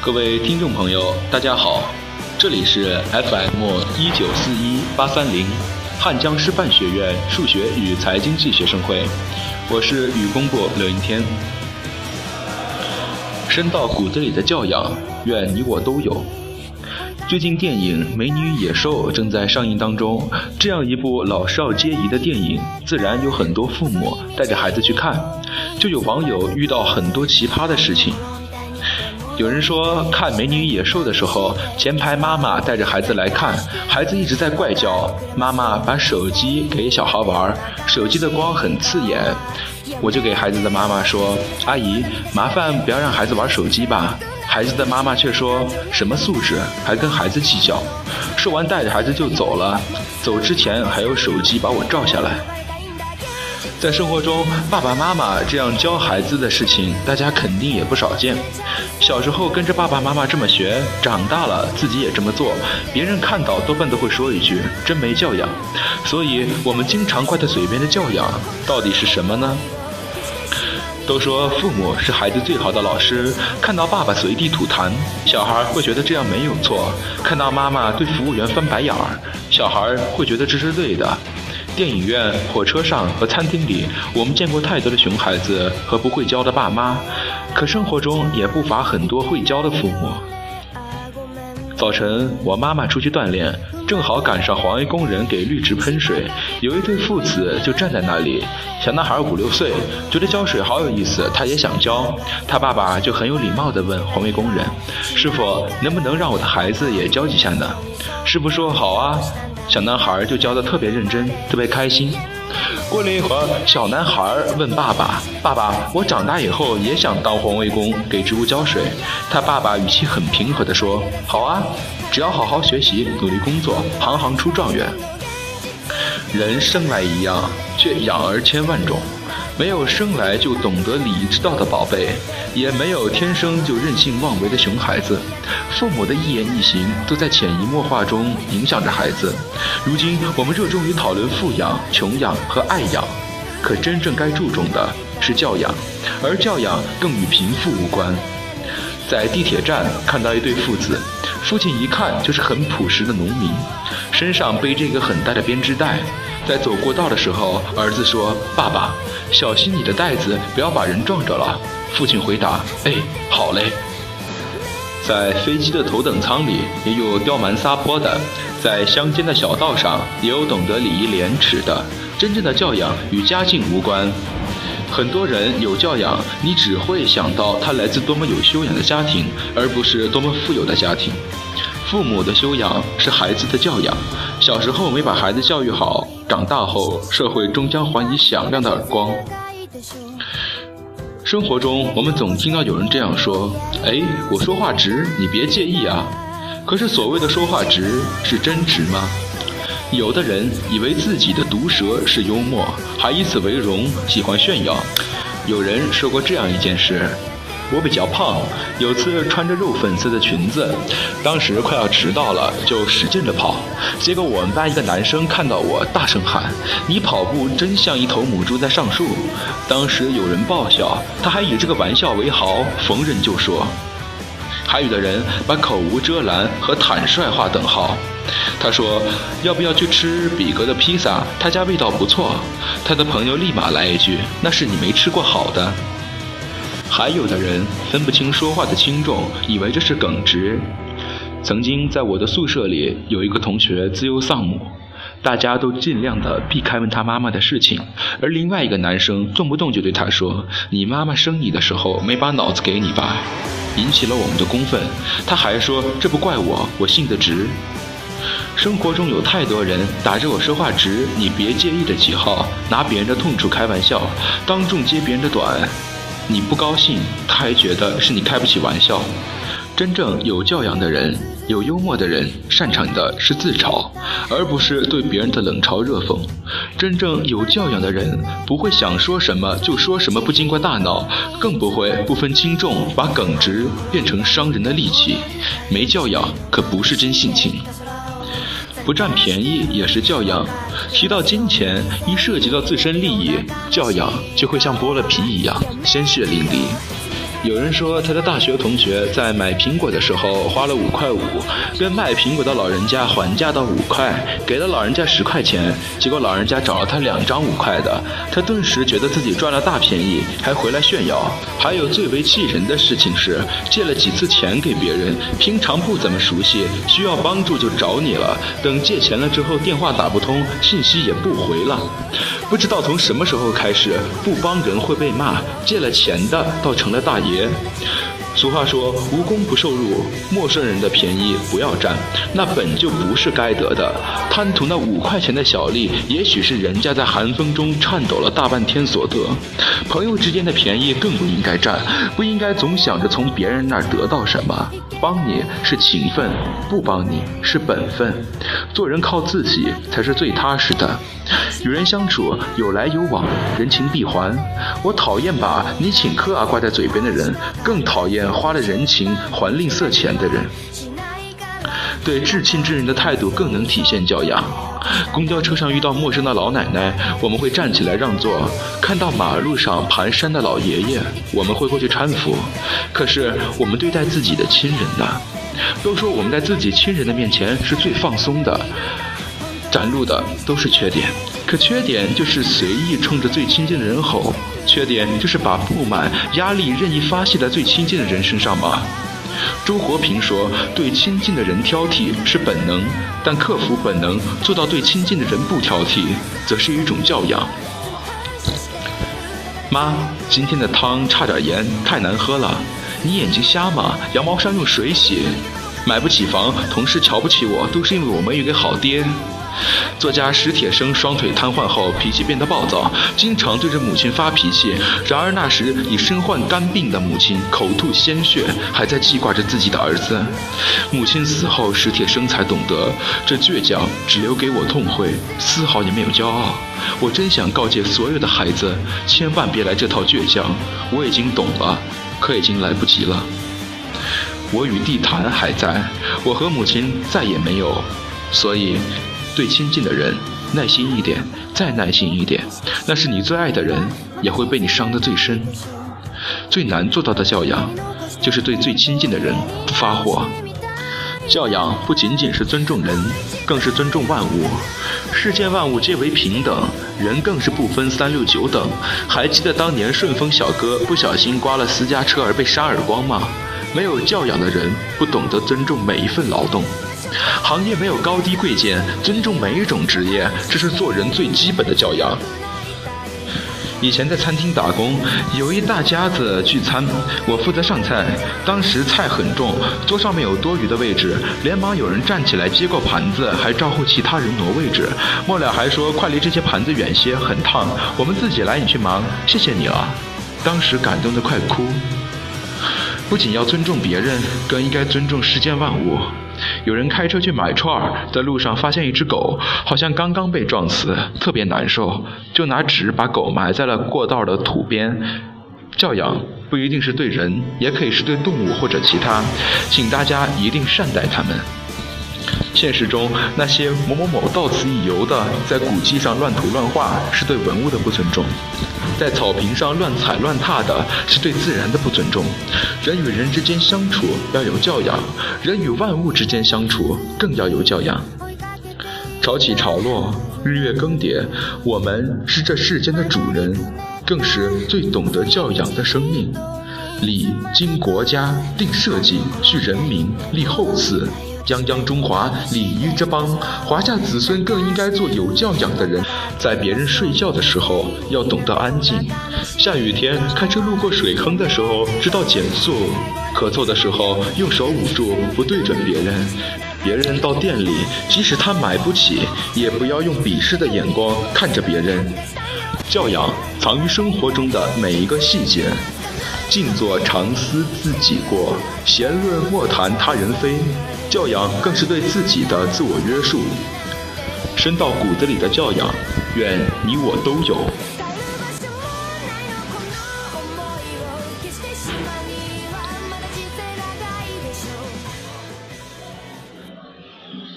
各位听众朋友，大家好，这里是 FM1941830汉江师范学院数学与财经系学生会，我是语工部刘云天。深到骨子里的教养，愿你我都有。最近电影《美女与野兽》正在上映当中，这样一部老少皆宜的电影，自然有很多父母带着孩子去看，就有网友遇到很多奇葩的事情。有人说看《美女与野兽》的时候，前排妈妈带着孩子来看，孩子一直在怪叫，妈妈把手机给小孩玩，手机的光很刺眼。我就给孩子的妈妈说，阿姨，麻烦不要让孩子玩手机吧。孩子的妈妈却说，什么素质，还跟孩子计较。说完带着孩子就走了，走之前还有手机把我照下来。在生活中，爸爸妈妈这样教孩子的事情，大家肯定也不少见。小时候跟着爸爸妈妈这么学，长大了自己也这么做，别人看到多半都会说一句，真没教养。所以我们经常挂在嘴边的教养，到底是什么呢？都说父母是孩子最好的老师，看到爸爸随地吐痰，小孩会觉得这样没有错；看到妈妈对服务员翻白眼儿，小孩会觉得这是对的。电影院、火车上和餐厅里，我们见过太多的熊孩子和不会教的爸妈，可生活中也不乏很多会教的父母。早晨，我妈妈出去锻炼，正好赶上环卫工人给绿植喷水，有一对父子就站在那里。小男孩5、6岁，觉得浇水好有意思，他也想浇。他爸爸就很有礼貌地问环卫工人，师傅，能不能让我的孩子也浇几下呢？师傅说好啊。小男孩就教得特别认真，特别开心。过了一会儿，小男孩问爸爸，爸爸，我长大以后也想当环卫工，给植物浇水。他爸爸语气很平和地说，好啊，只要好好学习，努力工作，行行出状元。人生来一样，却养儿千万种。没有生来就懂得礼仪之道的宝贝，也没有天生就任性妄为的熊孩子。父母的一言一行都在潜移默化中影响着孩子。如今我们热衷于讨论富养、穷养和爱养，可真正该注重的是教养，而教养更与贫富无关。在地铁站看到一对父子，父亲一看就是很朴实的农民，身上背着一个很大的编织袋。在走过道的时候，儿子说，爸爸，小心你的袋子不要把人撞着了。父亲回答，哎，好嘞。在飞机的头等舱里也有刁蛮撒泼的，在乡间的小道上也有懂得礼义廉耻的。真正的教养与家境无关。很多人有教养，你只会想到他来自多么有修养的家庭，而不是多么富有的家庭。父母的修养是孩子的教养，小时候没把孩子教育好，长大后社会终将还以响亮的耳光。生活中我们总听到有人这样说，哎，我说话直，你别介意啊。可是所谓的说话直，是真直吗？有的人以为自己的毒舌是幽默，还以此为荣，喜欢炫耀。有人说过这样一件事，我比较胖，有次穿着肉粉色的裙子，当时快要迟到了，就使劲地跑，结果我们班一个男生看到我，大声喊，你跑步真像一头母猪在上树。当时有人爆笑，他还以这个玩笑为豪，逢人就说。还有的人把口无遮拦和坦率画等号，他说，要不要去吃比格的披萨，他家味道不错。他的朋友立马来一句，那是你没吃过好的。还有的人分不清说话的轻重，以为这是耿直。曾经在我的宿舍里有一个同学自幼丧母，大家都尽量的避开问他妈妈的事情，而另外一个男生动不动就对他说，你妈妈生你的时候没把脑子给你吧，引起了我们的公愤。他还说，这不怪我，我性子直。生活中有太多人打着我说话直，你别介意的旗号，拿别人的痛处开玩笑，当众揭别人的短。你不高兴，他还觉得是你开不起玩笑。真正有教养的人，有幽默的人，擅长的是自嘲，而不是对别人的冷嘲热讽。真正有教养的人，不会想说什么就说什么，不经过大脑，更不会不分轻重把耿直变成伤人的利器。没教养可不是真性情。不占便宜也是教养。提到金钱，一涉及到自身利益，教养就会像剥了皮一样鲜血淋漓。 有人说他的大学同学在买苹果的时候花了5.5块，跟卖苹果的老人家还价到5块，给了老人家10块钱，结果老人家找了他2张5块的，他顿时觉得自己赚了大便宜，还回来炫耀。还有最为气人的事情是，借了几次钱给别人，平常不怎么熟悉，需要帮助就找你了，等借钱了之后电话打不通，信息也不回了。不知道从什么时候开始，不帮人会被骂，借了钱的倒成了大爷。俗话说无功不受禄，陌生人的便宜不要占，那本就不是该得的。贪图那5块钱的小利，也许是人家在寒风中颤抖了大半天所得。朋友之间的便宜更不应该占，不应该总想着从别人那儿得到什么。帮你是情分，不帮你是本分。做人靠自己才是最踏实的。与人相处有来有往，人情必还。我讨厌把你请客啊挂在嘴边的人，更讨厌花了人情还吝啬钱的人。对至亲之人的态度更能体现教养。公交车上遇到陌生的老奶奶，我们会站起来让座；看到马路上蹒跚的老爷爷，我们会过去搀扶。可是我们对待自己的亲人呢？都说我们在自己亲人的面前是最放松的，展露的都是缺点。可缺点就是随意冲着最亲近的人吼，缺点就是把不满、压力任意发泄在最亲近的人身上吗？周国平说，对亲近的人挑剔是本能，但克服本能，做到对亲近的人不挑剔，则是一种教养。妈，今天的汤差点盐，太难喝了。你眼睛瞎吗？羊毛衫用水洗。买不起房，同事瞧不起我，都是因为我没有一个好爹。作家史铁生双腿瘫痪后脾气变得暴躁，经常对着母亲发脾气。然而那时已身患肝病的母亲口吐鲜血，还在记挂着自己的儿子。母亲死后，史铁生才懂得，这倔强只留给我痛悔，丝毫也没有骄傲。我真想告诫所有的孩子，千万别来这套倔强。我已经懂了，可已经来不及了。我与地坛还在，我和母亲再也没有。所以对亲近的人耐心一点，再耐心一点，那是你最爱的人也会被你伤得最深。最难做到的教养，就是对最亲近的人不发火。教养不仅仅是尊重人，更是尊重万物。世间万物皆为平等，人更是不分3、6、9等。还记得当年顺丰小哥不小心刮了私家车而被扇耳光吗？没有教养的人不懂得尊重每一份劳动。行业没有高低贵贱，尊重每一种职业，这是做人最基本的教养。以前在餐厅打工，有一大家子聚餐，我负责上菜。当时菜很重，桌上面有多余的位置，连忙有人站起来接过盘子，还招呼其他人挪位置。末了还说快离这些盘子远些，很烫，我们自己来，你去忙，谢谢你了。当时感动得快哭。不仅要尊重别人，更应该尊重世间万物。有人开车去买串，在路上发现一只狗，好像刚刚被撞死，特别难受，就拿纸把狗埋在了过道的土边。教养不一定是对人，也可以是对动物或者其他，请大家一定善待它们。现实中那些某某某到此一游的，在古迹上乱涂乱画，是对文物的不尊重；在草坪上乱踩乱踏的，是对自然的不尊重。人与人之间相处要有教养，人与万物之间相处更要有教养。潮起潮落，日月更迭，我们是这世间的主人，更是最懂得教养的生命。礼经国家，定社稷，序人民，立后嗣。泱泱中华，礼仪之邦，华夏子孙更应该做有教养的人。在别人睡觉的时候要懂得安静，下雨天开车路过水坑的时候知道减速，咳嗽的时候用手捂住，不对准别人。别人到店里，即使他买不起，也不要用鄙视的眼光看着别人。教养藏于生活中的每一个细节。静坐常思自己过，闲论莫谈他人非。教养更是对自己的自我约束，深到骨子里的教养，愿你我都有。